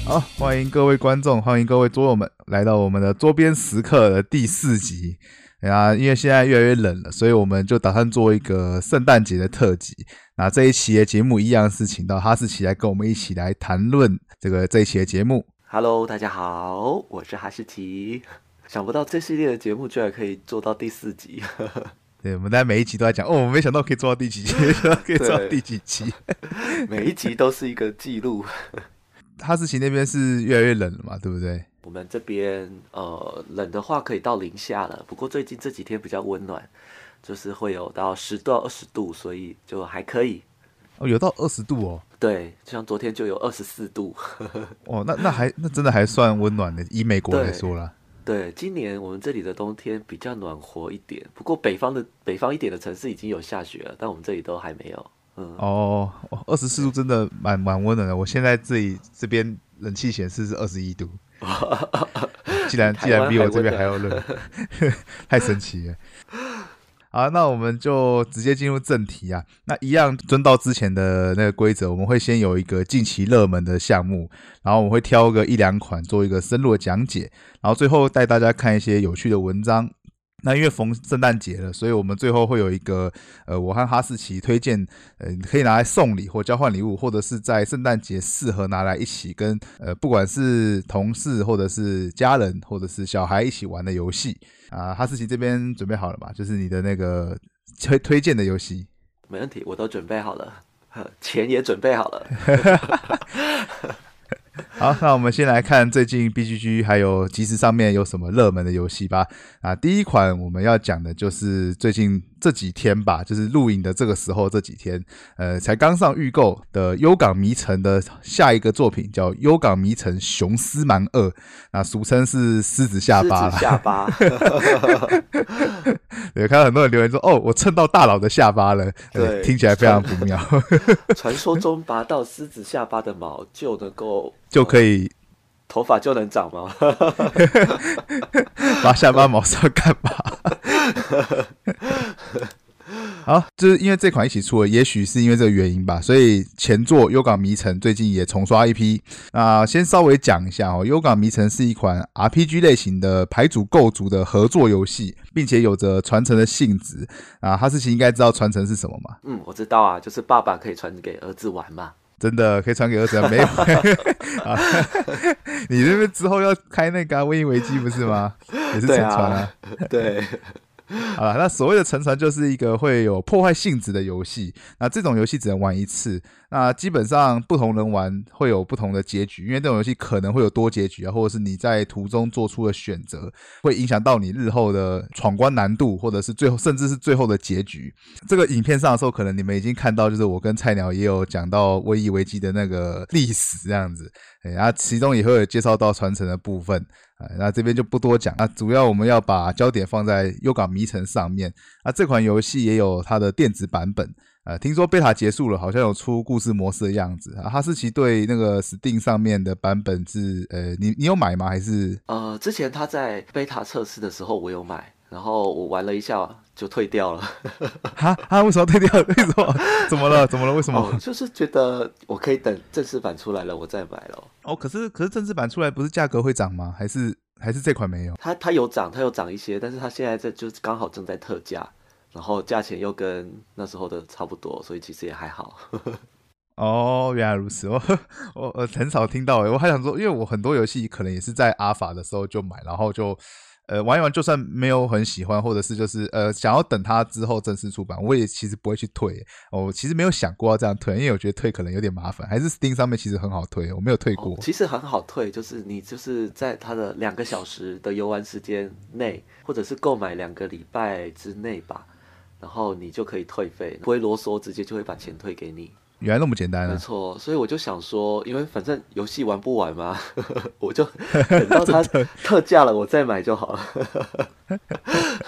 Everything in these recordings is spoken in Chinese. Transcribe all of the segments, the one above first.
好，欢迎各位观众，欢迎各位桌友们来到我们的桌边时刻的第4集。因为现在越来越冷了，所以我们就打算做一个圣诞节的特辑。那这一期的节目一样是请到哈士奇来跟我们一起来谈论这一期的节目。 Hello， 大家好，我是哈士奇。想不到这系列的节目居然可以做到第4集。 对，我们在每一集都在讲，我没想到可以做到第几集，没想到可以做到第几集。 每一集都是一个记录。 哈士奇那边是越来越冷了嘛，对不对？ 我们这边冷的话可以到0下了，不过最近这几天比较温暖，就是会有到10到20度，所以就还可以。 有到20度哦。 对，像昨天就有24度。 那真的还算温暖的，以美国来说啦。 对，今年我们这里的冬天比较暖和一点，不过北方一点的城市已经有下雪了，但我们这里都还没有。 24度真的蛮温暖的。我现在这边冷气显示是21度，既然比我这边还要热，太神奇了。好，那我们就直接进入正题啊。那一样遵照之前的那个规则，我们会先有一个近期热门的项目，然后我们会挑个1-2款做一个深入的讲解，然后最后带大家看一些有趣的文章。那因为逢圣诞节了，所以我们最后会有一个我和哈士奇推荐可以拿来送礼或交换礼物，或者是在圣诞节适合拿来一起跟不管是同事或者是家人或者是小孩一起玩的游戏啊。哈士奇这边准备好了吗？就是你的那个推荐的游戏。 没问题，我都准备好了，钱也准备好了。 好，那我们先来看最近 BGG 还有即时上面有什么热门的游戏吧。第一款我们要讲的就是最近这几天吧，就是录影的这个时候这几天，才刚上预购的幽港迷城的下一个作品叫幽港迷城雄狮蛮2，那俗称是狮子下巴啦。狮子下巴。对，看到很多人留言说，我蹭到大佬的下巴了，对，听起来非常不妙。 传说中拔到狮子下巴的毛就可以头发就能长吗？ 拔下巴毛是要干嘛？好，就是因为这款一起出了，也许是因为这个原因吧，所以前作《幽港迷城》最近也重刷一批。那先稍微讲一下幽港迷城是一款 RPG 类型的牌组构筑的合作游戏，并且有着传承的性质。哈士奇应该知道传承是什么吗？ 我知道啊，就是爸爸可以传给儿子玩嘛。 真的可以传给儿子没有？你那边之后要开那个瘟疫危机不是吗？也是沉传啊。 对。 好了，那所谓的沉传就是一个会有破坏性质的游戏。那这种游戏只能玩一次，那基本上不同人玩会有不同的结局，因为这种游戏可能会有多结局啊，或者是你在途中做出的选择会影响到你日后的闯关难度，或者是最后甚至是最后的结局。这个影片上的时候可能你们已经看到，就是我跟菜鸟也有讲到瘟疫危机的那个历史这样子，其中也会有介绍到传承的部分。那这边就不多讲，主要我们要把焦点放在幽港迷城上面。这款游戏也有它的电子版本，听说贝塔结束了，好像有出故事模式的样子。哈士奇对那个 Steam 上面的版本是你有买吗？还是之前他在贝塔测试的时候我有买，然后我玩了一下就退掉了。 为什么退掉？为什么？怎么了？为什么？ 就是觉得我可以等正式版出来了我再买了。 可是正式版出来不是价格会涨吗？还是这款没有？ 它有涨一些，但是它现在就是刚好正在特价，然后价钱又跟那时候的差不多，所以其实也还好。 原来如此。我很少听到我还想说，因为我很多游戏可能也是在阿法的时候就买，然后就玩一玩，就算没有很喜欢，或者是就是想要等它之后正式出版，我也其实不会去退。我其实没有想过要这样退，因为我觉得退可能有点麻烦。还是 Steam 上面其实很好退，我没有退过。 其实很好退，就是你就是在它的2个小时的游玩时间内，或者是购买2个礼拜之内吧，然后你就可以退费，不会啰嗦，直接就会把钱退给你。 原来那么简单啊！ 没错，所以我就想说，因为反正游戏玩不完嘛，我就等到它特价了我再买就好了。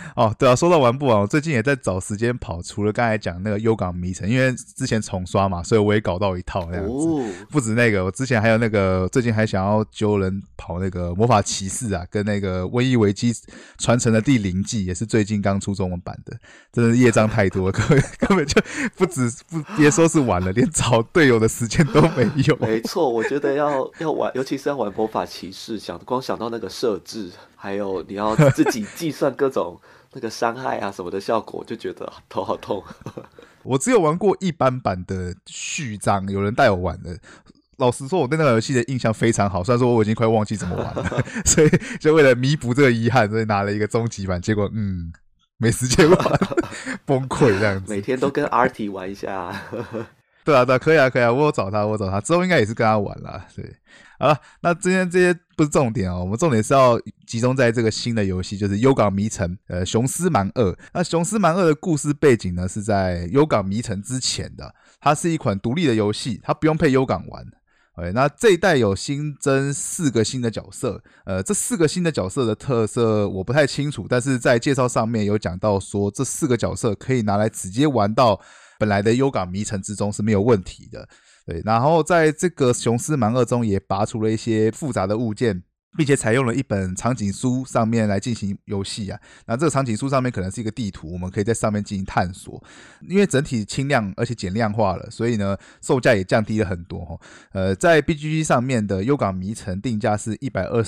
哦，对啊，说到玩不完，我最近也在找时间跑，除了刚才讲那个幽港迷城，因为之前重刷嘛，所以我也搞到一套那样子。 哦， 不止那个，我之前还有那个，最近还想要揪人跑那个魔法骑士啊，跟那个瘟疫危机传承的第0季，也是最近刚出中文版的，真的是业障太多了，根本就别说是玩了，连找队友的时间都没有。 没错，我觉得要玩，尤其是要玩魔法骑士，光想到那个设置，还有你要自己计算各种那个伤害啊什么的效果，就觉得头好痛。 我只有玩过一般版的序章，有人带我玩的。老实说，我对那个游戏的印象非常好，虽然说我已经快忘记怎么玩了，所以就为了弥补这个遗憾，所以拿了一个终极版，结果没时间玩，崩溃这样子。 每天都跟 RT 玩一下。 对啊，可以啊，我有找他，之后应该也是跟他玩啦。对，好了，那今天这些不是重点哦，我们重点是要集中在这个新的游戏，就是《幽港迷城》雄狮蛮2。那雄狮蛮2的故事背景呢是在《幽港迷城》之前的，它是一款独立的游戏，它不用配幽港玩。那这一代有新增4个新的角色，这4个新的角色的特色我不太清楚，但是在介绍上面有讲到说，这4个角色可以拿来直接玩到本来的幽港迷城之中是没有问题的。对，然后在这个雄狮蛮2中也拔除了一些复杂的物件，并且采用了一本场景书上面来进行游戏啊。那这个场景书上面可能是一个地图，我们可以在上面进行探索。因为整体轻量而且减量化了，所以呢售价也降低了很多。在 BGG 上面的幽港迷城定价是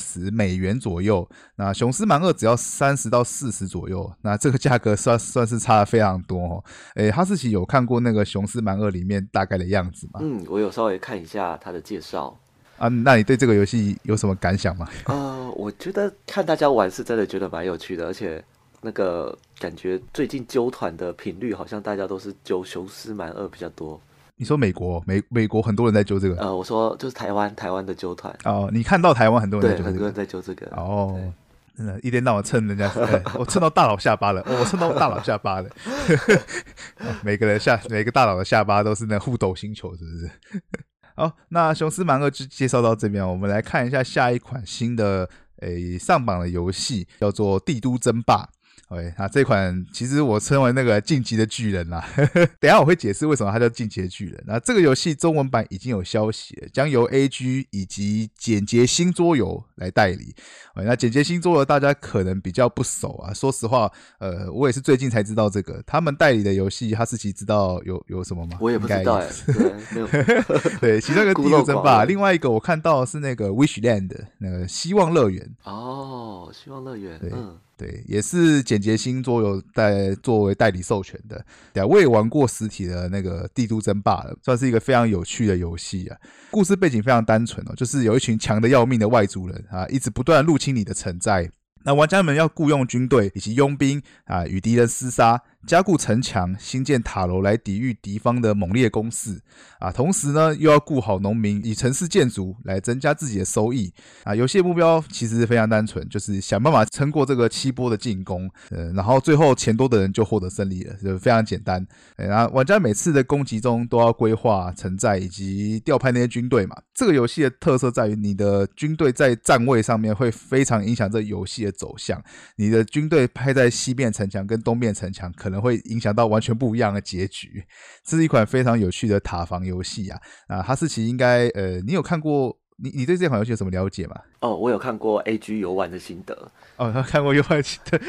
$120左右，那雄狮蛮2只要30到40左右，那这个价格算是差得非常多。哈士奇有看过那个雄狮蛮2里面大概的样子吗？ 我有稍微看一下它的介绍。 那你对这个游戏有什么感想吗？ 我觉得看大家玩是真的觉得蛮有趣的，而且那个感觉最近揪团的频率好像大家都是揪雄狮蛮2比较多。 你说美国很多人在揪这个？ 我说就是台湾的揪团。 你看到台湾很多人在揪这个？ 对，很多人在揪这个。 真的，一天到晚蹭人家，我蹭到大佬下巴了，我蹭到大佬下巴了。每个大佬的下巴都是那互斗星球，是不是？好，那雄狮蛮2就介绍到这边，我们来看一下下一款新的上榜的游戏，叫做《帝都争霸》。那这款其实我称为那个晋级的巨人啦，等一下我会解释为什么它叫晋级的巨人。那这个游戏中文版已经有消息了，将由 AG 以及简洁新桌游来代理。那简洁新桌游大家可能比较不熟啊，说实话，我也是最近才知道这个。他们代理的游戏，哈士奇知道有什么吗？ 我也不知道对，没有。 对，其中一个帝都争霸，另外一个我看到的是那个 Wishland 那个希望乐园。 希望乐园， 对，也是简洁新桌游作为代理授权的。对啊，我也玩过实体的那个帝都争霸了，算是一个非常有趣的游戏啊。故事背景非常单纯就是有一群强得要命的外族人一直不断入侵你的城寨。那玩家们要雇佣军队以及佣兵与敌人厮杀，加固城墙，兴建塔楼来抵御敌方的猛烈攻势同时呢又要顾好农民，以城市建筑来增加自己的收益游戏的目标其实非常单纯，就是想办法撑过这个7波的进攻然后最后钱多的人就获得胜利了，就非常简单然后玩家每次的攻击中都要规划城寨以及调派那些军队嘛。这个游戏的特色在于你的军队在站位上面会非常影响这个游戏的走向，你的军队派在西边城墙跟东边城墙可能会影响到完全不一样的结局。这是一款非常有趣的塔防游戏哈士奇应该你有看过，你对这款游戏有什么了解吗？ 我有看过 AG 游玩的心得。 他看过游玩心得。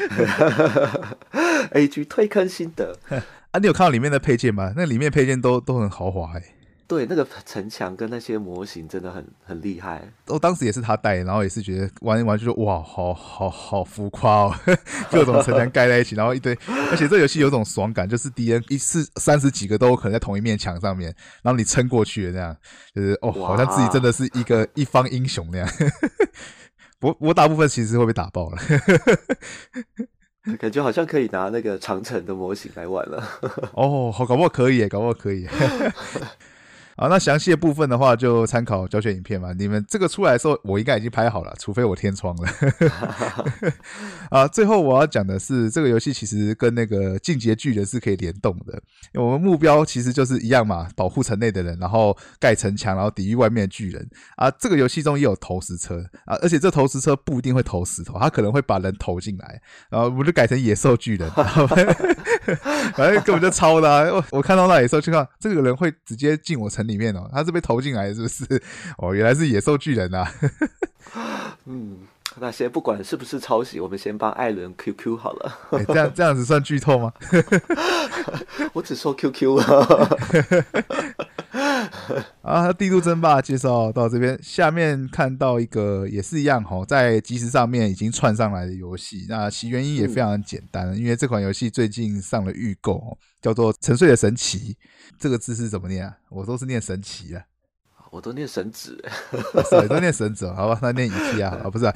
AG 推坑心得你有看到里面的配件吗？那里面配件都很豪华对，那个城墙跟那些模型真的很厉害。 我当时也是他带，然后也是觉得玩一玩就哇，好浮夸各种城墙盖在一起，然后一堆，而且这游戏有种爽感，就是敌人一次30几个都有可能在同一面墙上面，然后你撑过去了，这样就是好像自己真的是一方英雄那样。不过大部分其实会被打爆了。 感觉好像可以拿那个长城的模型来玩了。 搞不好可以。 好，那详细的部分的话就参考教学影片嘛，你们这个出来的时候我应该已经拍好了，除非我天窗了啊，最后我要讲的是这个游戏其实跟那个进阶巨人是可以联动的，我们目标其实就是一样嘛，保护城内的人，然后盖城墙，然后抵御外面的巨人啊。这个游戏中也有投石车啊，而且这投石车不一定会投石头，它可能会把人投进来，然后我们就改成野兽巨人反正根本就超的啊，我看到那野兽就看这个人会直接进我城里面哦，他是被投进来的是不是？哦，原来是野兽巨人啊那先不管是不是抄袭，我们先帮艾伦 QQ 好了这样子算剧透吗？ 我只说 QQ 啊，帝都争霸介绍到这边，下面看到一个也是一样在即时上面已经串上来的游戏，那其原因也非常简单，因为这款游戏最近上了预购叫做沉睡的神奇，这个字是怎么念啊？我都是念神奇啊， 我都念神子你都念神子好吧，那念乙啊不是啊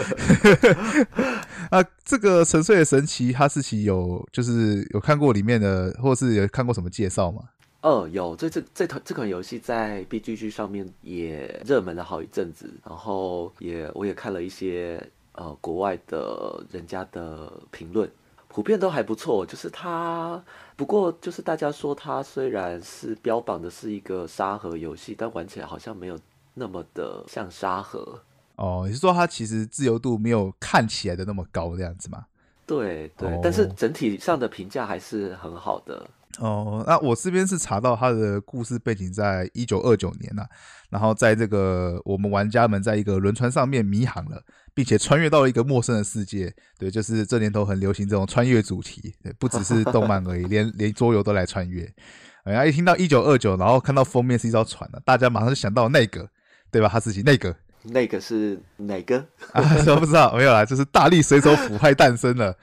这个沉睡的神奇哈士奇就是有看过里面的，或是有看过什么介绍吗？ 有这款游戏在 BGG 上面也热门了好一阵子，然后我也看了一些国外的人家的评论，普遍都还不错。就是它，不过就是大家说它虽然是标榜的是一个沙盒游戏，但玩起来好像没有那么的像沙盒。 你是说它其实自由度没有看起来的那么高这样子吗？ 对，但是整体上的评价还是很好的。 那我这边是查到它的故事背景在1929年啊，然后在这个我们玩家们在一个轮船上面迷航了，并且穿越到了一个陌生的世界。对，就是这年头很流行这种穿越主题，对，不只是动漫而已，连桌游都来穿越。然后一听到1929，然后看到封面是一艘船大家马上就想到那个，对吧？哈士奇那个是哪个啊？不知道，没有啦，就是大力水手腐败诞生了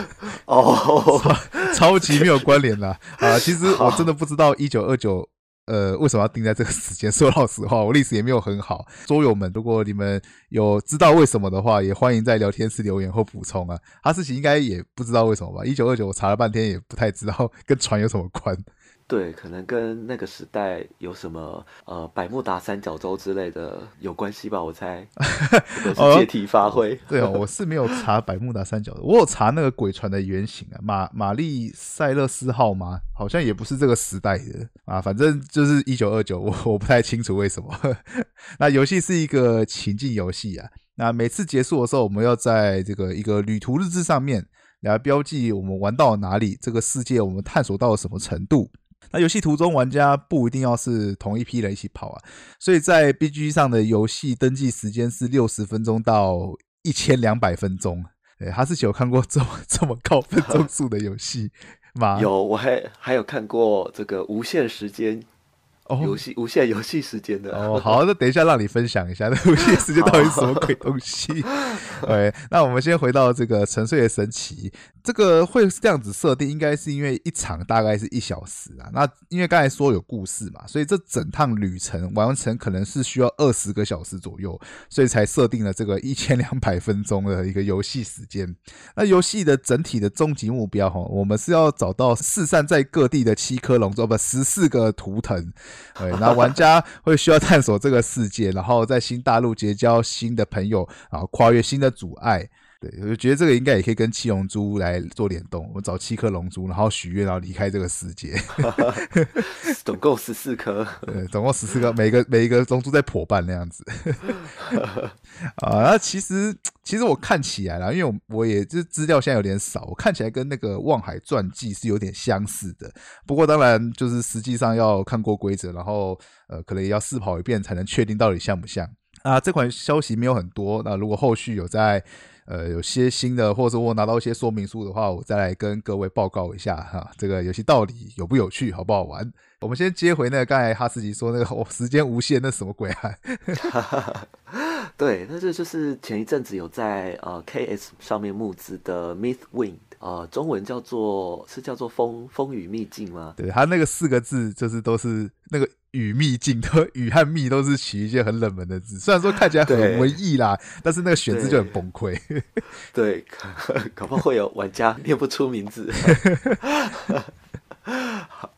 超级没有关联啦其实我真的不知道1929为什么要定在这个时间？说老实话，我历史也没有很好。桌友们，如果你们有知道为什么的话，也欢迎在聊天室留言或补充啊。哈士奇应该也不知道为什么吧？1929我查了半天也不太知道跟船有什么关。 对，可能跟那个时代有什么百慕达三角洲之类的有关系吧，我猜。是借题发挥。 对我是没有查百慕达三角洲，我有查那个鬼船的原型玛丽塞勒斯号吗？好像也不是这个时代的反正就是1929，我不太清楚为什么。那游戏是一个情境游戏那每次结束的时候，我们要在这个一个旅途日志上面来标记我们玩到哪里，这个世界我们探索到了什么程度。那游戏途中玩家不一定要是同一批人一起跑所以在 BG 上的游戏登记时间是60分钟到1200分钟。对，哈士奇有看过这么高分钟数的游戏吗？ 有，我还有看过这个无限时间游戏，无限游戏时间的好，那等一下让你分享一下那无限时间到底是什么鬼东西。对，那我们先回到这个沉睡的神奇，这个会这样子设定，应该是因为一场大概是1小时那因为刚才说有故事嘛，所以这整趟旅程完成可能是需要20个小时左右，所以才设定了这个1200分钟的一个游戏时间。那游戏的整体的终极目标我们是要找到四散在各地的7颗龙珠14个图腾。对，那玩家会需要探索这个世界，然后在新大陆结交新的朋友，然后跨越新的阻碍。对，我觉得这个应该也可以跟7龙珠来做联动，我们找7颗龙珠，然后许愿，然后离开这个世界。 总共14颗， 对，总共14颗，每一个龙珠在破半那样子。那其实我看起来啦，因为我也就是资料现在有点少，我看起来跟那个《望海传记》是有点相似的。不过当然就是实际上要看过规则，然后可能也要试跑一遍才能确定到底像不像。这款消息没有很多，那如果后续有在有些新的，或者我拿到一些说明书的话，我再来跟各位报告一下这个游戏到底有不有趣，好不好玩。我们先接回那个刚才哈士奇说那个时间无限那什么鬼对，那这就是前一阵子有在KS 上面募资的 Mythwind，中文叫做风雨秘境吗？ 对，它那个4个字就是都是那个雨秘境，雨和秘都是取一些很冷门的字，虽然说看起来很文艺啦，但是那个选字就很崩溃。 对，搞不好会有玩家念不出名字。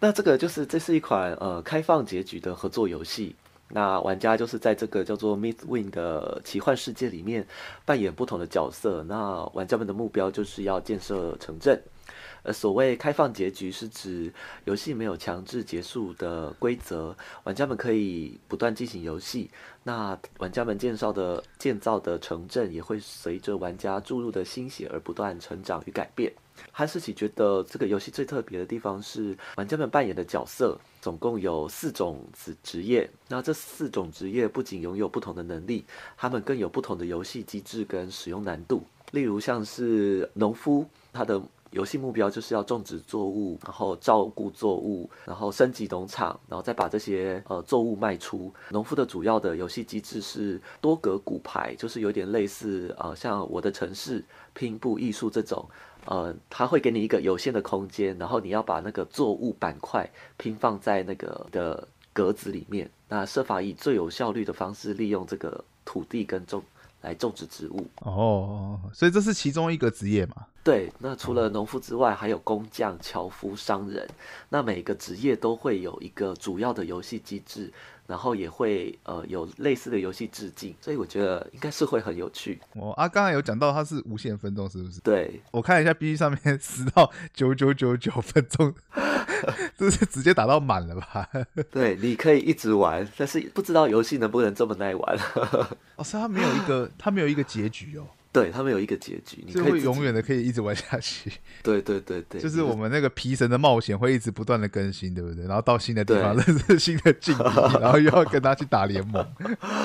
那这是一款开放结局的合作游戏。那玩家就是在这个叫做 Mythwind 的奇幻世界里面扮演不同的角色。那玩家们的目标就是要建设城镇。所谓开放结局是指游戏没有强制结束的规则，玩家们可以不断进行游戏。那玩家们建造的城镇也会随着玩家注入的心血而不断成长与改变。哈士奇觉得这个游戏最特别的地方是玩家们扮演的角色总共有4种职业，那这4种职业不仅拥有不同的能力，他们更有不同的游戏机制跟使用难度。例如像是农夫，他的游戏目标就是要种植作物，然后照顾作物，然后升级农场，然后再把这些作物卖出。农夫的主要的游戏机制是多格骨牌，就是有点类似像我的城市、拼布艺术这种。它会给你一个有限的空间，然后你要把那个作物板块拼放在那个的格子里面。那设法以最有效率的方式利用这个土地跟来种植植物。 哦，所以这是其中一个职业嘛？ 对，那除了农夫之外，还有工匠、樵夫、商人。那每个职业都会有一个主要的游戏机制，然后也会有类似的游戏致敬，所以我觉得应该是会很有趣。 刚才有讲到它是无限分钟，是不是？ 对， 我看了一下 BG 上面10到9999分钟，这是直接打到满了吧？ 对，你可以一直玩，但是不知道游戏能不能这么耐玩。 所以它没有一个结局哦。 对，他们有一个结局，你可以会永远的可以一直玩下去。 对对对对， 就是我们那个皮神的冒险会一直不断的更新，对不对？然后到新的地方认识新的劲敌，然后又要跟他去打联盟。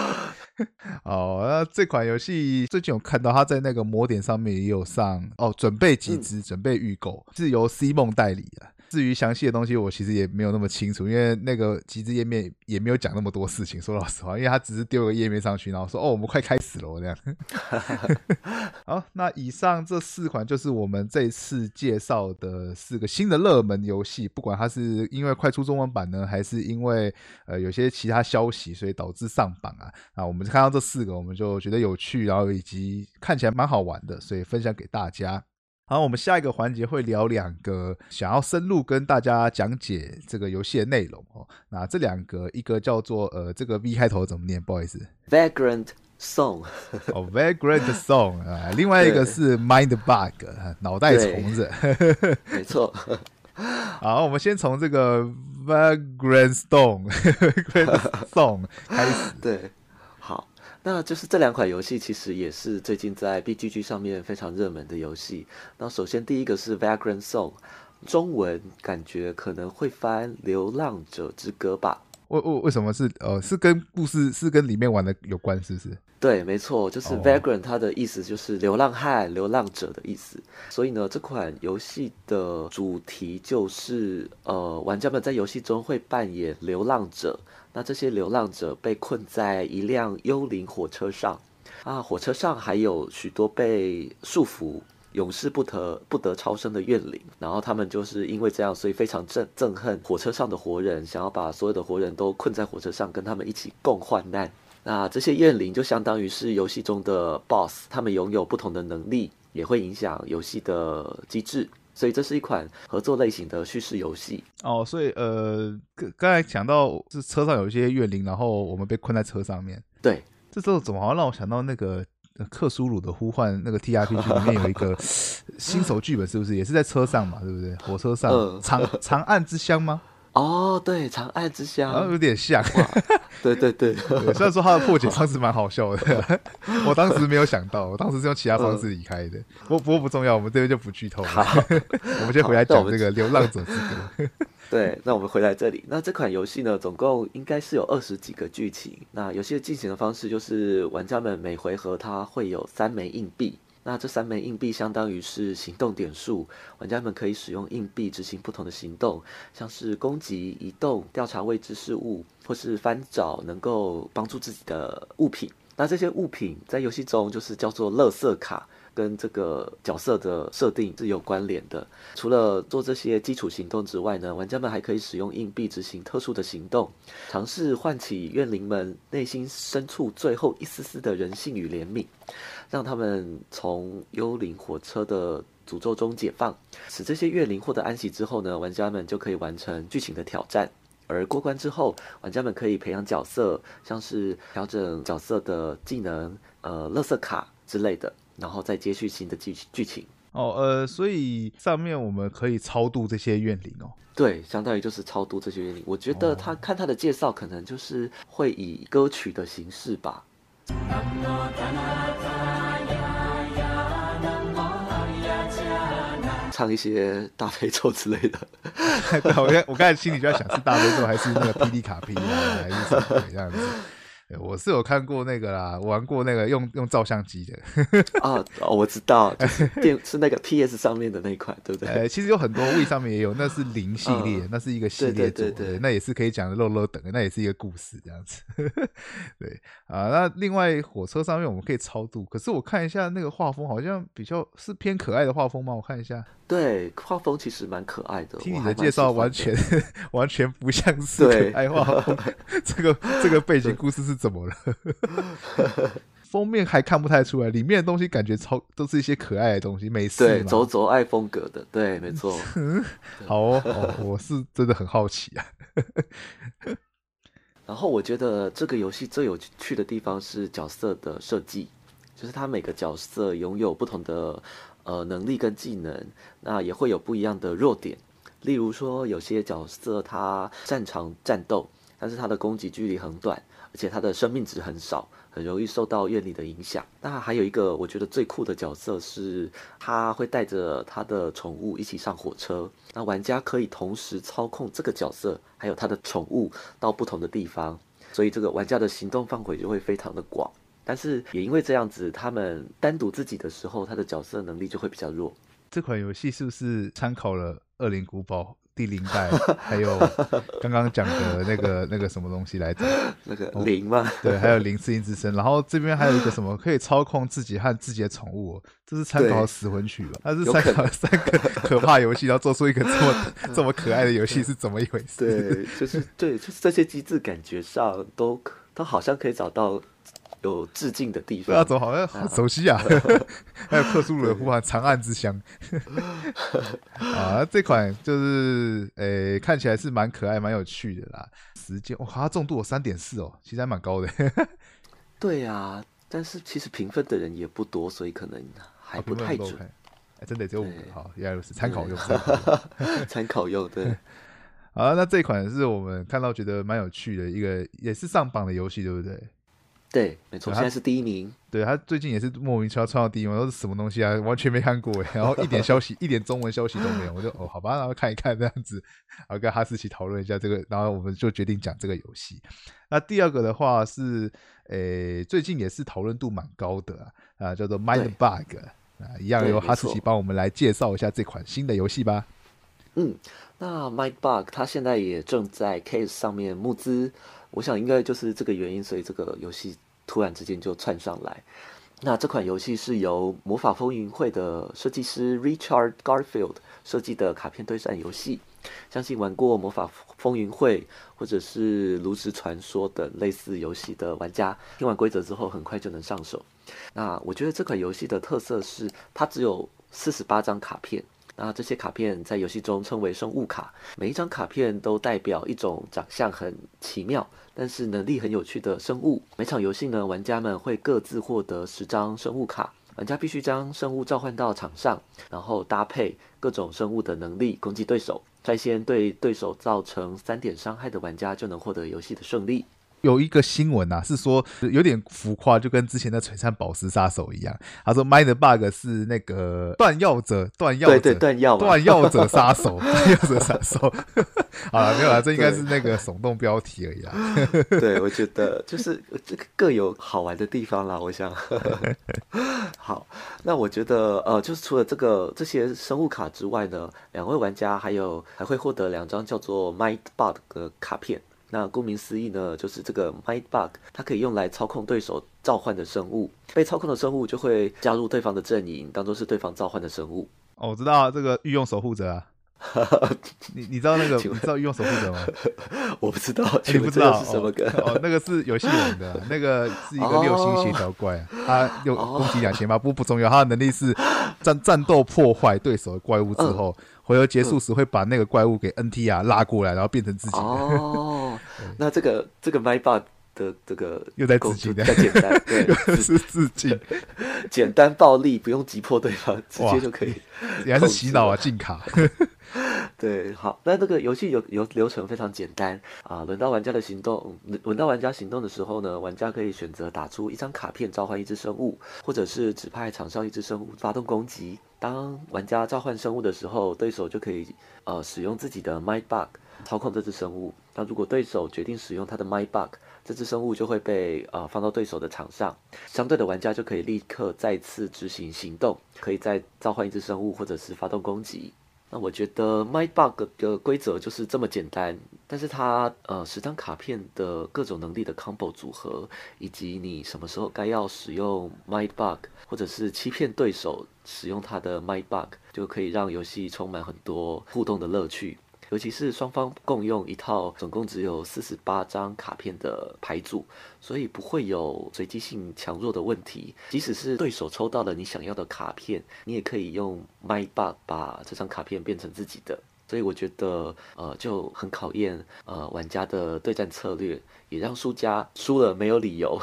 那这款游戏最近有看到它在那个魔点上面也有上准备集资，准备预购，是由 C 梦代理的。至于详细的东西我其实也没有那么清楚，因为那个集资页面也没有讲那么多事情，说老实话，因为他只是丢个页面上去，然后说我们快开始了这样。好，那以上这4款就是我们这次介绍的4个新的热门游戏，不管它是因为快出中文版呢，还是因为有些其他消息所以导致上榜啊。那我们看到这4个我们就觉得有趣，然后以及看起来蛮好玩的，所以分享给大家。好，我们下一个环节会聊2个想要深入跟大家讲解这个游戏的内容那这2个，一个叫做这个 V 开头怎么念？不好意思 ，Vagrant Song。 Vagrant Song 另外一个是 Mind Bug 脑袋虫子。 没错。 好，我们先从这个 Vagrant Song 开始。 对，好。那就是这2款游戏其实也是最近在 BGG 上面非常热门的游戏。那首先第一个是 Vagrant Song， 中文感觉可能会翻流浪者之歌吧。 为什么是跟故事是跟里面玩的有关是不是？ 对，没错，就是 Vagrant 它的意思就是流浪汉、流浪者的意思。所以呢，这款游戏的主题就是玩家们在游戏中会扮演流浪者。那这些流浪者被困在一辆幽灵火车上火车上还有许多被束缚永世不得超生的怨灵，然后他们就是因为这样，所以非常憎恨火车上的活人，想要把所有的活人都困在火车上，跟他们一起共患难。那这些怨灵就相当于是游戏中的 BOSS， 他们拥有不同的能力，也会影响游戏的机制。所以这是一款合作类型的叙事游戏所以刚才讲到是车上有一些怨灵，然后我们被困在车上面。 对， 这时候怎么好像让我想到那个克苏鲁的呼唤，那个 TRPG 里面有一个新手剧本，是不是也是在车上嘛？对不对？火车上长按之乡吗？ 对，长按之乡， 有点像。 对对对， 虽然说他的破解方式蛮好笑的，我当时没有想到，我当时是用其他方式离开的。不过不重要，我们这边就不剧透了。我们先回来讲这个《流浪者之歌》。 对，那我们回来这里。那这款游戏呢，总共应该是有20几个剧情。那游戏的进行的方式就是玩家们每回合它会有3枚硬币。那这3枚硬币相当于是行动点数，玩家们可以使用硬币执行不同的行动，像是攻击、移动、调查未知事物，或是翻找能够帮助自己的物品。那这些物品在游戏中就是叫做垃圾卡，跟这个角色的设定是有关联的。除了做这些基础行动之外呢，玩家们还可以使用硬币执行特殊的行动，尝试唤起怨灵们内心深处最后一丝丝的人性与怜悯，让他们从幽灵火车的诅咒中解放，使这些怨灵获得安息之后呢，玩家们就可以完成剧情的挑战。而过关之后，玩家们可以培养角色，像是调整角色的技能、垃圾卡之类的，然后再接续新的剧情。 所以上面我们可以超度这些怨灵哦。 对，相当于就是超度这些怨灵。我觉得看他的介绍，可能就是会以歌曲的形式吧。唱一些大悲咒之类的。 我刚才心里就在想，是大悲咒还是那个霹雳卡霹雳啊，还是什么这样子。我是有看过那个啦，玩过那个用照相机的。 我知道，就是是那个 PS 上面的那一款，对不对？ 其实有很多 Wii 上面也有，那是0系列，那是一个系列作，对，那也是可以讲的漏等的，那也是一个故事这样子。对那另外火车上面我们可以超度，可是我看一下那个画风好像比较是偏可爱的画风吗？我看一下。 对，画风其实蛮可爱的。 听你的介绍，完全不像是可爱画风。这个背景故事是怎么了？封面还看不太出来，里面的东西感觉都是一些可爱的东西，美式嘛， 对，走爱风格的，对，没错。 好我是真的很好奇啊。 然后我觉得这个游戏最有趣的地方是角色的设计，就是它每个角色拥有不同的能力跟技能，那也会有不一样的弱点。例如说，有些角色他擅长战斗，但是他的攻击距离很短，而且他的生命值很少，很容易受到愿力的影响。那还有一个我觉得最酷的角色是，他会带着他的宠物一起上火车，那玩家可以同时操控这个角色还有他的宠物到不同的地方，所以这个玩家的行动范围就会非常的广。但是也因为这样子，他们单独自己的时候，他的角色能力就会比较弱。 这款游戏是不是参考了《恶灵古堡》第0代，还有刚刚讲的那个什么东西来着？ 那个灵吗？ 对，还有灵刺音之声。然后这边还有一个什么可以操控自己和自己的宠物这是参考了死魂曲吧？它是参考了3个可怕游戏，然后做出一个这么可爱的游戏，是怎么一回事？ 对，就是这些机制感觉上都好像可以找到有致敬的地方。 怎么好像很熟悉啊？还有克苏鲁的呼唤、长暗之乡。这款就是看起来是蛮可爱、蛮有趣的啦。时间它重度有3.4哦，其实还蛮高的。 对啊，但是其实评分的人也不多，所以可能还不太准。 真的只有5个，好，原来如此，参考用。 参考用，对。 好，那这款是我们看到觉得蛮有趣的一个，也是上榜的游戏，对不对？ 对，没错，现在是第1名。 对，他最近也是莫名其妙窜到第1名，都是什么东西啊？完全没看过然后一点消息、一点中文消息都没有，我就好吧，然后看一看这样子，然后跟哈士奇讨论一下这个，然后我们就决定讲这个游戏。那第2个的话是，最近也是讨论度蛮高的叫做 Mind Bug 一样由哈士奇帮我们来介绍一下这款新的游戏吧。 那 Mind Bug 它现在也正在 Case 上面募资。我想应该就是这个原因，所以这个游戏突然之间就窜上来。那这款游戏是由魔法风云会的设计师 Richard Garfield 设计的卡片对战游戏。相信玩过魔法风云会或者是炉石传说等类似游戏的玩家，听完规则之后很快就能上手。那我觉得这款游戏的特色是它只有48张卡片，那这些卡片在游戏中称为生物卡，每一张卡片都代表一种长相很奇妙但是能力很有趣的生物。每场游戏呢，玩家们会各自获得10张生物卡，玩家必须将生物召唤到场上，然后搭配各种生物的能力攻击对手，率先对对手造成3点伤害的玩家就能获得游戏的胜利。 有一个新闻是说有点浮夸，就跟之前的璀璨宝石杀手一样。他说 Mind Bug 是那个断药者杀手，好了，没有啦，这应该是那个耸动标题而已啦。 对，我觉得就是这个各有好玩的地方啦，我想。好，那我觉得就是除了这些生物卡之外呢，2位玩家还会获得2张叫做 Mind Bug 的卡片。那顾名思义呢，就是这个 Mind Bug 它可以用来操控对手召唤的生物，被操控的生物就会加入对方的阵营，当作是对方召唤的生物。 我知道这个御用守护者你知道那个你知道御用守护者吗？ 我不知道， 你不知道是什么梗？ 那个是游戏王的，那个是一个6星协调怪，他攻击2800，不重要，他的能力是战斗破坏对手的怪物之后，回合结束时会把那个怪物给 NTR 拉过来，然后变成自己的。 那这个 My Bug 的这个又在致敬， 再简单，对， 又是致敬， 简单暴力，不用击破对方，直接就可以。 你还是洗脑啊，进卡。 对，好，那这个游戏有流程非常简单啊。轮到玩家行动的时候呢，玩家可以选择打出一张卡片召唤一只生物，或者是指派场上一只生物发动攻击。当玩家召唤生物的时候，对手就可以使用自己的 My Bug 操控这只生物。那如果对手决定使用他的 My Bug，这只生物就会被放到对手的场上，相对的玩家就可以立刻再次执行行动，可以再召唤一只生物或者是发动攻击。那我觉得 My Bug 的规则就是这么简单，但是它10张卡片的各种能力的 combo 组合，以及你什么时候该要使用 My Bug， 或者是欺骗对手使用他的 My Bug， 就可以让游戏充满很多互动的乐趣。尤其是双方共用一套总共只有48张卡片的牌组，所以不会有随机性强弱的问题。即使是对手抽到了你想要的卡片，你也可以用 My Bug 把这张卡片变成自己的。所以我觉得就很考验玩家的对战策略，也让输了没有理由。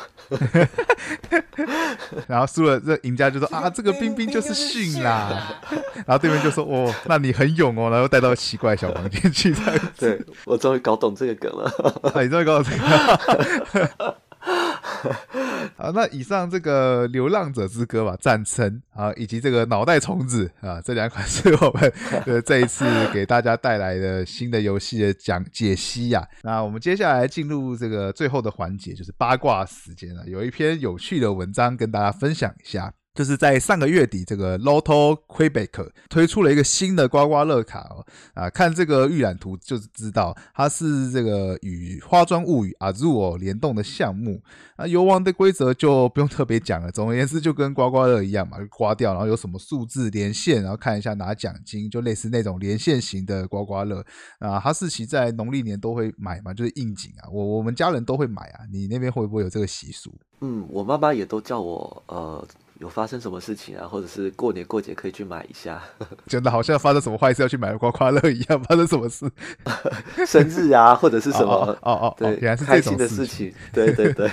然后输了，这赢家就说啊，这个冰冰就是逊啦。然后对面就说哦，那你很勇哦，然后带到奇怪的小房间去。 对，我终于搞懂这个梗了。 你终于搞懂这个。好，那以上这个流浪者之歌吧，战争啊，以及这个脑袋虫子啊，这2款是我们这一次给大家带来的新的游戏的解析啊。那我们接下来进入这个最后的环节，就是八卦时间了。有一篇有趣的文章跟大家分享一下。就是在上个月底，这个 Lotto Quebec 推出了一个新的刮刮乐卡看这个预览图就知道它是这个与花砖物语 Azul 联动的项目。游玩的规则就不用特别讲了，总而言之就跟刮刮乐一样嘛，刮掉然后有什么数字连线，然后看一下拿奖金，就类似那种连线型的刮刮乐哈士奇在农历年都会买嘛，就是应景啊，我们家人都会买啊，你那边会不会有这个习俗？ 我妈妈也都叫我有发生什么事情啊，或者是过年过节可以去买一下。 真的好像发生什么坏事要去买刮刮乐一样，发生什么事？ 生日啊，或者是什么？对， 原来是这种开心的事情。对对对。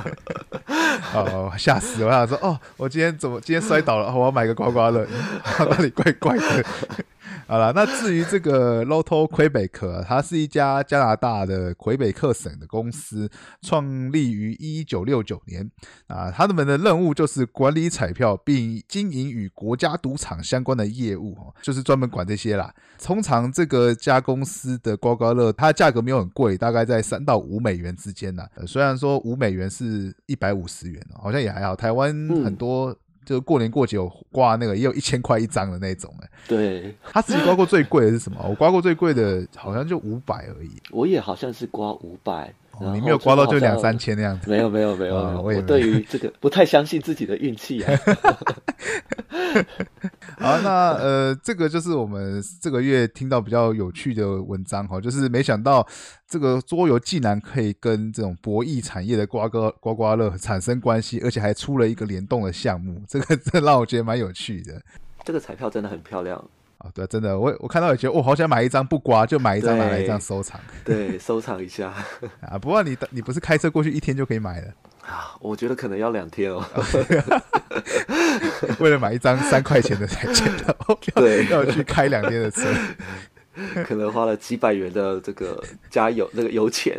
吓死我！想说我今天摔倒了，我要买个刮刮乐，那里怪怪的。好了，那至于这个 Lotto Quebec， 它是一家加拿大的魁北克省的公司，创立于1969年他们的任务就是管理彩票并经营与国家赌场相关的业务，就是专门管这些啦。通常这个家公司的刮刮乐它的价格没有很贵，大概在3到5美元之间虽然说5美元是150元好像也还好，台湾很多就过年过节有刮那个也有1000块一张的那种对， 他自己刮过最贵的是什么？我刮过最贵的好像就500而已。 我也好像是刮500。 你没有刮到就2-3千那样子？ 没有，我对于这个不太相信自己的运气啊。好， 那这个就是我们这个月听到比较有趣的文章就是没想到这个桌游竟然可以跟这种博弈产业的刮刮乐产生关系，而且还出了一个联动的项目，这个真的让我觉得蛮有趣的。 这个彩票真的很漂亮。 对，真的，我看到也觉得好想买一张，不刮就买一张拿来这样收藏。 对，收藏一下。 不过你不是开车过去1天就可以买了我觉得可能要2天哦。 为了买一张3块钱的彩券， 对， 要去开2天的车， 可能花了几百元的这个加油那个油钱。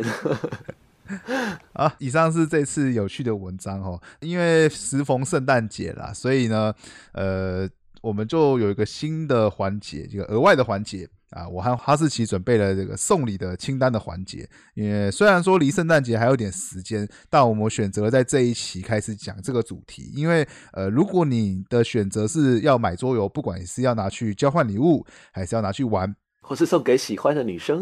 以上是这次有趣的文章因为时逢圣诞节啦，所以呢我们就有一个新的环节，这个额外的环节我和哈士奇准备了这个送礼的清单的环节。因为虽然说离圣诞节还有点时间，但我们选择了在这一期开始讲这个主题。因为如果你的选择是要买桌游，不管是要拿去交换礼物，还是要拿去玩， 或是送给喜欢的女生，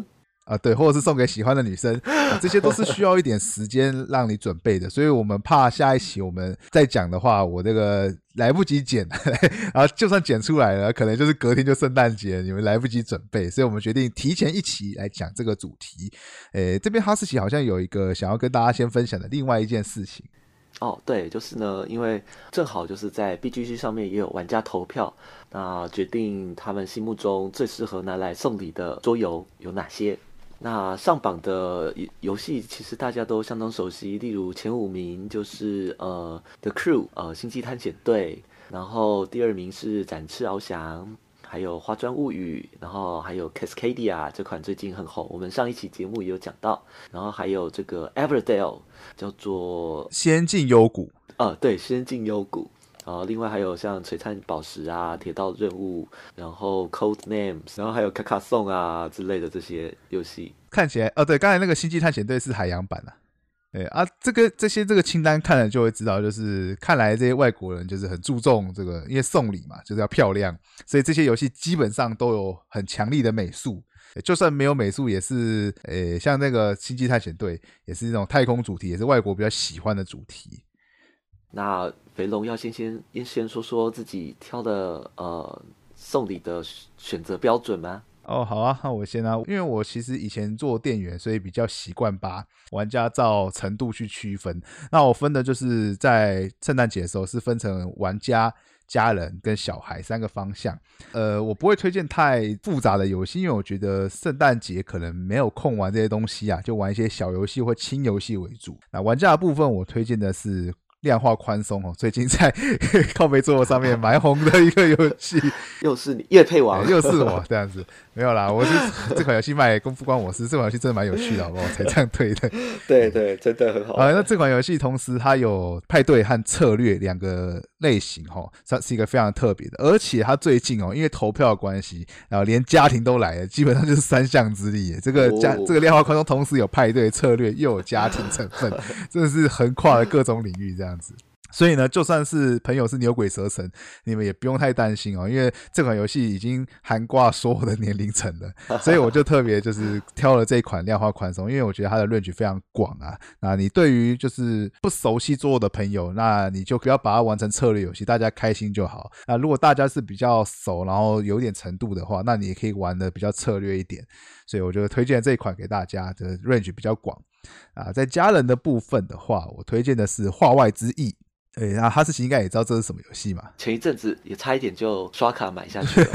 对，或者是送给喜欢的女生这些都是需要一点时间让你准备的，所以我们怕下一期我们再讲的话，我这个来不及剪然后就算剪出来了，可能就是隔天就圣诞节，你们来不及准备，所以我们决定提前一期来讲这个主题。这边哈士奇好像有一个想要跟大家先分享的另外一件事情。 对，就是呢，因为正好就是在 BGG 上面也有玩家投票，那决定他们心目中最适合拿来送礼的桌游有哪些。那上榜的游戏其实大家都相当熟悉，例如前5名就是The Crew 星际探险队，然后第2名是展翅翱翔，还有花砖物语，然后还有 Cascadia 这款最近很红，我们上一期节目也有讲到，然后还有这个 Everdell 叫做仙境幽谷， 对，仙境幽谷。另外还有像璀璨宝石啊、铁道任务，然后 Code Names， 然后还有卡卡颂啊之类的这些游戏。 看起来对，刚才那个星际探险队是海洋版对这个清单看了就会知道，就是看来这些外国人就是很注重这个，因为送礼嘛，就是要漂亮，所以这些游戏基本上都有很强力的美术。就算没有美术，也是像那个星际探险队，也是那种太空主题，也是外国比较喜欢的主题。 那肥龙要先说说自己挑的送礼的选择标准吗？ 好啊，那我先因为我其实以前做店员，所以比较习惯把玩家照程度去区分。那我分的就是在圣诞节的时候是分成玩家、家人跟小孩3个方向。我不会推荐太复杂的游戏，因为我觉得圣诞节可能没有空玩这些东西就玩一些小游戏或轻游戏为主。那玩家的部分，我推荐的是量化宽松最近在靠背桌上面蛮红的一个游戏。 又是你业配王， 又是我这样子，没有啦，我是这款游戏卖不关我事，这款游戏真的蛮有趣的，好不好？才这样推的。 对，真的很好玩。 那这款游戏同时它有派对和策略2个类型它是一个非常特别的，而且它最近因为投票的关系，然后连家庭都来了，基本上就是3项之力。这个量化宽松同时有派对策略又有家庭成分，真的是横跨了各种领域这样子。所以呢，就算是朋友是牛鬼蛇神，你们也不用太担心因为这款游戏已经涵盖所有的年龄层了，所以我就特别就是挑了这一款量化宽松，因为我觉得它的 range 非常广那你对于就是不熟悉桌游的朋友，那你就不要把它玩成策略游戏，大家开心就好。那如果大家是比较熟，然后有点程度的话，那你也可以玩的比较策略一点。所以我就推荐这一款给大家，的 range 比较广在家人的部分的话，我推荐的是画外之翼。那哈士奇应该也知道这是什么游戏嘛？ 前一阵子也差一点就刷卡买下去了，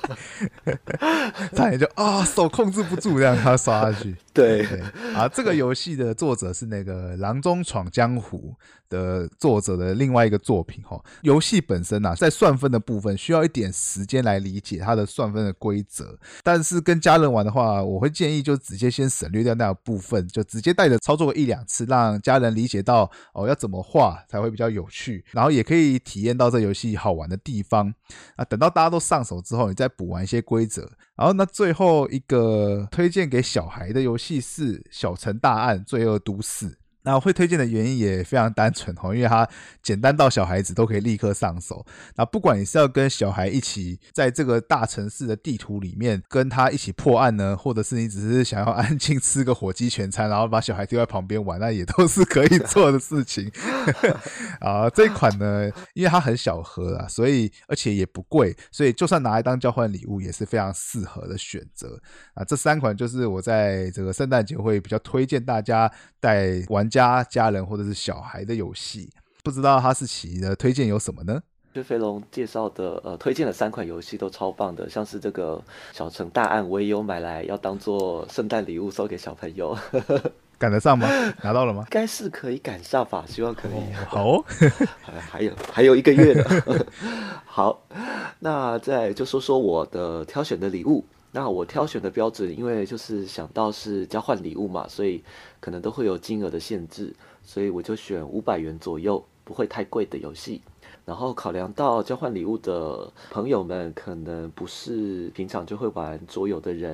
差点就手控制不住这样他刷下去。 对这个游戏的作者是那个《囊中闯江湖》的作者的另外一个作品游戏本身在算分的部分需要一点时间来理解它的算分的规则，但是跟家人玩的话，我会建议就直接先省略掉那个部分，就直接带着操作个1-2次，让家人理解到要怎么画才会比较有趣，然后也可以体验到这游戏好玩的地方。等到大家都上手之后，你再补完一些规则。然后那最后一个推荐给小孩的游戏是《小城大案：罪恶都市》。那我会推荐的原因也非常单纯因为它简单到小孩子都可以立刻上手。那不管你是要跟小孩一起在这个大城市的地图里面跟他一起破案呢，或者是你只是想要安静吃个火鸡全餐，然后把小孩丢在旁边玩，那也都是可以做的事情。这一款呢，因为它很小盒所以而且也不贵，所以就算拿来当交换礼物也是非常适合的选择。这3款就是我在这个圣诞节会比较推荐大家带玩家人或者是小孩的游戏。不知道哈士奇的推荐有什么呢？ 就飞龙介绍的推荐的3款游戏都超棒的，像是这个小城大案我也有买来要当做圣诞礼物送给小朋友。 赶得上吗？拿到了吗？ 应该是可以赶上吧，希望可以。 好还有1个月呢。好，那再就说说我的挑选的礼物。那我挑选的标准，因为就是想到是交换礼物嘛，所以可能都会有金额的限制，所以我就选500元左右，不会太贵的游戏。然后考量到交换礼物的朋友们可能不是平常就会玩桌游的人，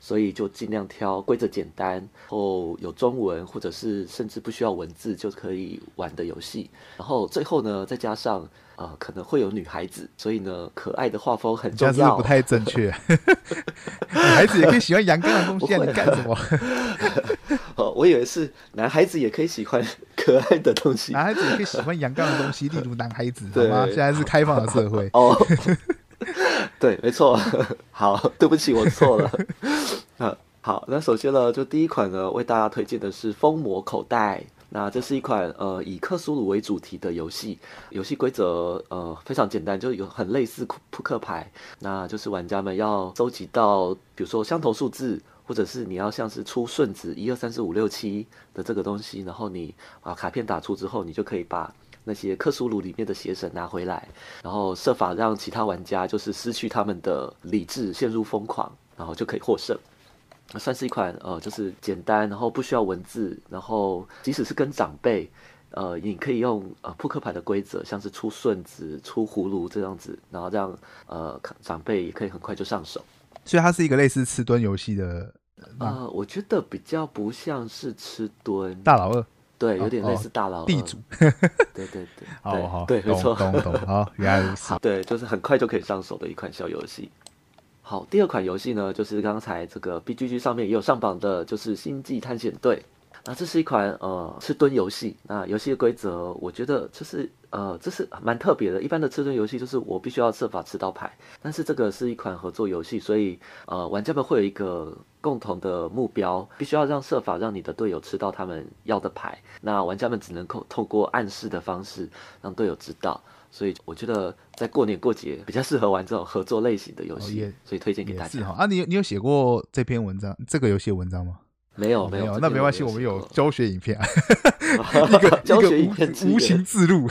所以就尽量挑规则简单，然后有中文或者是甚至不需要文字就可以玩的游戏。然后最后呢，再加上可能会有女孩子，所以呢，可爱的画风很重要。 这样是不是不太正确？女孩子也可以喜欢阳刚的东西啊，你干什么？ 我以为是男孩子也可以喜欢可爱的东西， 男孩子也可以喜欢阳刚的东西，例如男孩子，好吗？现在是开放的社会。 哦，对，没错。好，对不起，我错了。好，那首先呢，就第一款呢，为大家推荐的是疯魔口袋。那这是一款以克苏鲁为主题的游戏，游戏规则非常简单，就有很类似扑克牌，那就是玩家们要收集到比如说相同数字，或者是你要像是出顺子1 2 3 4 5 6 7的这个东西，然后你把卡片打出之后，你就可以把那些克苏鲁里面的邪神拿回来，然后设法让其他玩家就是失去他们的理智，陷入疯狂，然后就可以获胜。算是一款就是简单，然后不需要文字，然后即使是跟长辈，你可以用扑克牌的规则，像是出顺子、出葫芦这样子，然后让长辈也可以很快就上手。 所以它是一个类似吃墩游戏的。 我觉得比较不像是吃墩， 大老二。 对，有点类似大老二地主。 对对对， 好， 对，没错， 懂。好，原来如此。 对，就是很快就可以上手的一款小游戏。好，第二款游戏呢，就是刚才这个 BGG 上面也有上榜的，就是《星际探险队》。那这是一款吃墩游戏。那游戏的规则，我觉得就是这是蛮特别的。一般的吃墩游戏就是我必须要设法吃到牌，但是这个是一款合作游戏，所以玩家们会有一个共同的目标，必须要设法让你的队友吃到他们要的牌。那玩家们只能透过暗示的方式让队友知道。所以我觉得在过年过节比较适合玩这种合作类型的游戏，所以推荐给大家。 啊，你有写过这篇文章，这个游戏的文章吗？ 没有， 那没关系，我们有教学影片， 教学影片无形自录。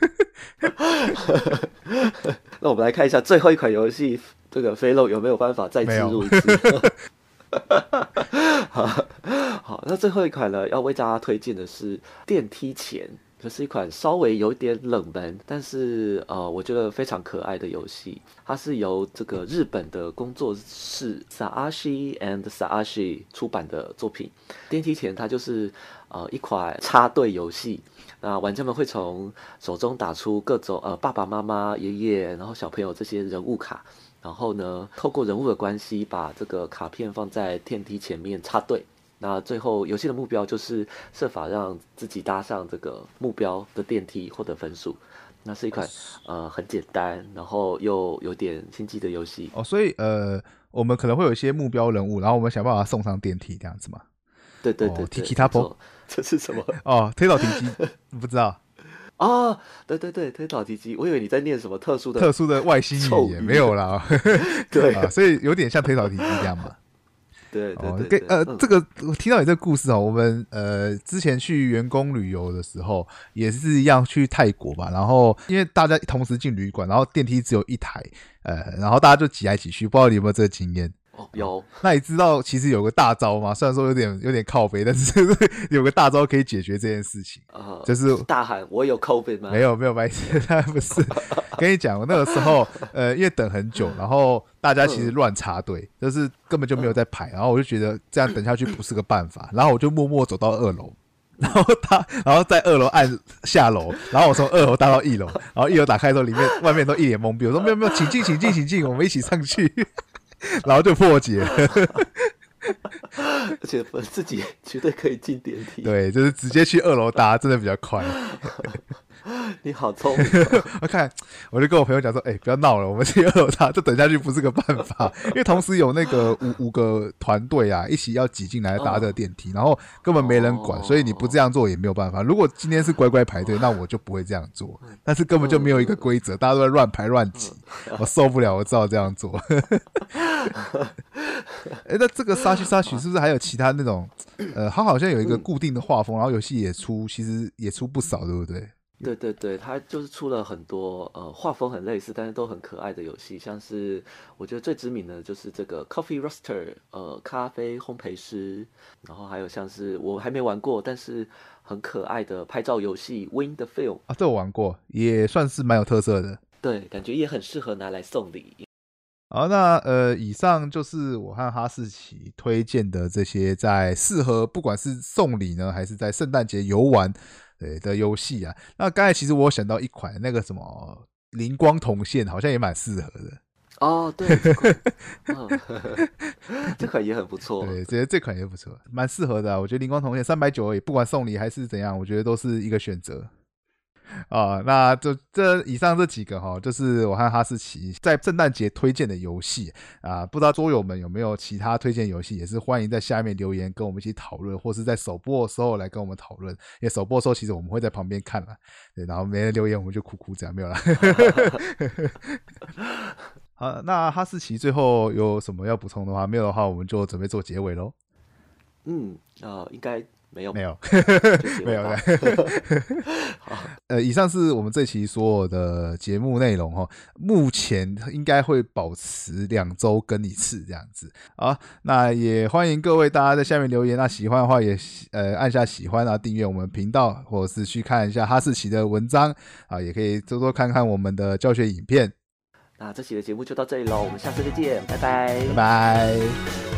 那我们来看一下最后一款游戏，这个飞漏有没有办法再植入一次？好，那最后一款呢，要为大家推荐的是电梯前。这是一款稍微有点冷门，但是我觉得非常可爱的游戏。它是由这个日本的工作室 Saashi and Saashi 出版的作品。电梯前它就是一款插队游戏。那玩家们会从手中打出各种爸爸妈妈、爷爷，然后小朋友这些人物卡，然后呢，透过人物的关系，把这个卡片放在电梯前面插队。那最后游戏的目标就是设法让自己搭上这个目标的电梯获得分数。那是一款很简单，然后又有点心机的游戏。 所以我们可能会有一些目标人物，然后我们想办法送上电梯这样子嘛。 对， 提吉他波， 这是什么？ 推倒提机，不知道。 对，推倒提机，我以为你在念什么特殊的外星语言，没有啦。 对所以有点像推倒提机这样嘛。 对， 这个我听到你这个故事我们之前去员工旅游的时候也是一样去泰国吧，然后因为大家同时进旅馆，然后电梯只有一台，然后大家就挤来挤去，不知道你有没有这个经验？ 有。 那你知道其实有个大招吗？虽然说有点靠北，但是有个大招可以解决这件事情，就是大喊我有 COVID 吗？ 没有白痴，他不是。跟你讲，我那个时候因为等很久，然后大家其实乱插队，就是根本就没有在排，然后我就觉得这样等下去不是个办法，然后我就默默走到2楼。然后在2楼按下楼，然后我从2楼搭到1楼，然后1楼打开的时候，外面都一脸懵逼。我说没有，请进，我们一起上去，然后就破解了。 而且自己绝对可以进电梯。 对，就是直接去2楼搭，真的比较快。 你好聪明。 我就跟我朋友讲说，不要闹了，我们去2楼搭，这等下去不是个办法，因为同时有那个5个团队啊，一起要挤进来搭这个电梯，然后根本没人管，所以你不这样做也没有办法。如果今天是乖乖排队，那我就不会这样做，但是根本就没有一个规则，大家都在乱排乱挤，我受不了，我只好这样做。那这个沙曲是不是还有其他那种它好像有一个固定的画风，然后游戏也其实也出不少，对不对？ 对，它就是出了很多画风很类似，但是都很可爱的游戏，像是我觉得最知名的就是这个 Coffee Roaster 咖啡烘焙师，然后还有像是我还没玩过，但是很可爱的拍照游戏 Win the Film 这我玩过，也算是蛮有特色的。 对，感觉也很适合拿来送礼。 好，那以上就是我和哈士奇推荐的这些在适合不管是送礼呢，还是在圣诞节游玩的游戏啊。那刚才其实我有想到一款那个什么灵光铜线，好像也蛮适合的。 哦，对，这款，这款也很不错。 对，觉得这款也不错，蛮适合的啊。我觉得灵光铜线390而已，不管送礼还是怎样，我觉得都是一个选择。那就这以上这几个就是我和哈士奇在圣诞节推荐的游戏啊，不知道桌友们有没有其他推荐游戏，也是欢迎在下面留言跟我们一起讨论，或是在首播的时候来跟我们讨论。因为首播的时候其实我们会在旁边看啦，对，然后没人留言我们就哭哭这样，没有啦。好，那哈士奇最后有什么要补充的话？没有的话，我们就准备做结尾咯。 应该没有， 没有， 就没有的。以上是我们这期所有的节目内容目前应该会保持2周更一次这样子。好，那也欢迎各位大家在下面留言，那喜欢的话也按下喜欢订阅我们频道，或者是去看一下哈士奇的文章也可以多多看看我们的教学影片。 那这期的节目就到这里咯，我们下次再见，拜拜， 拜拜。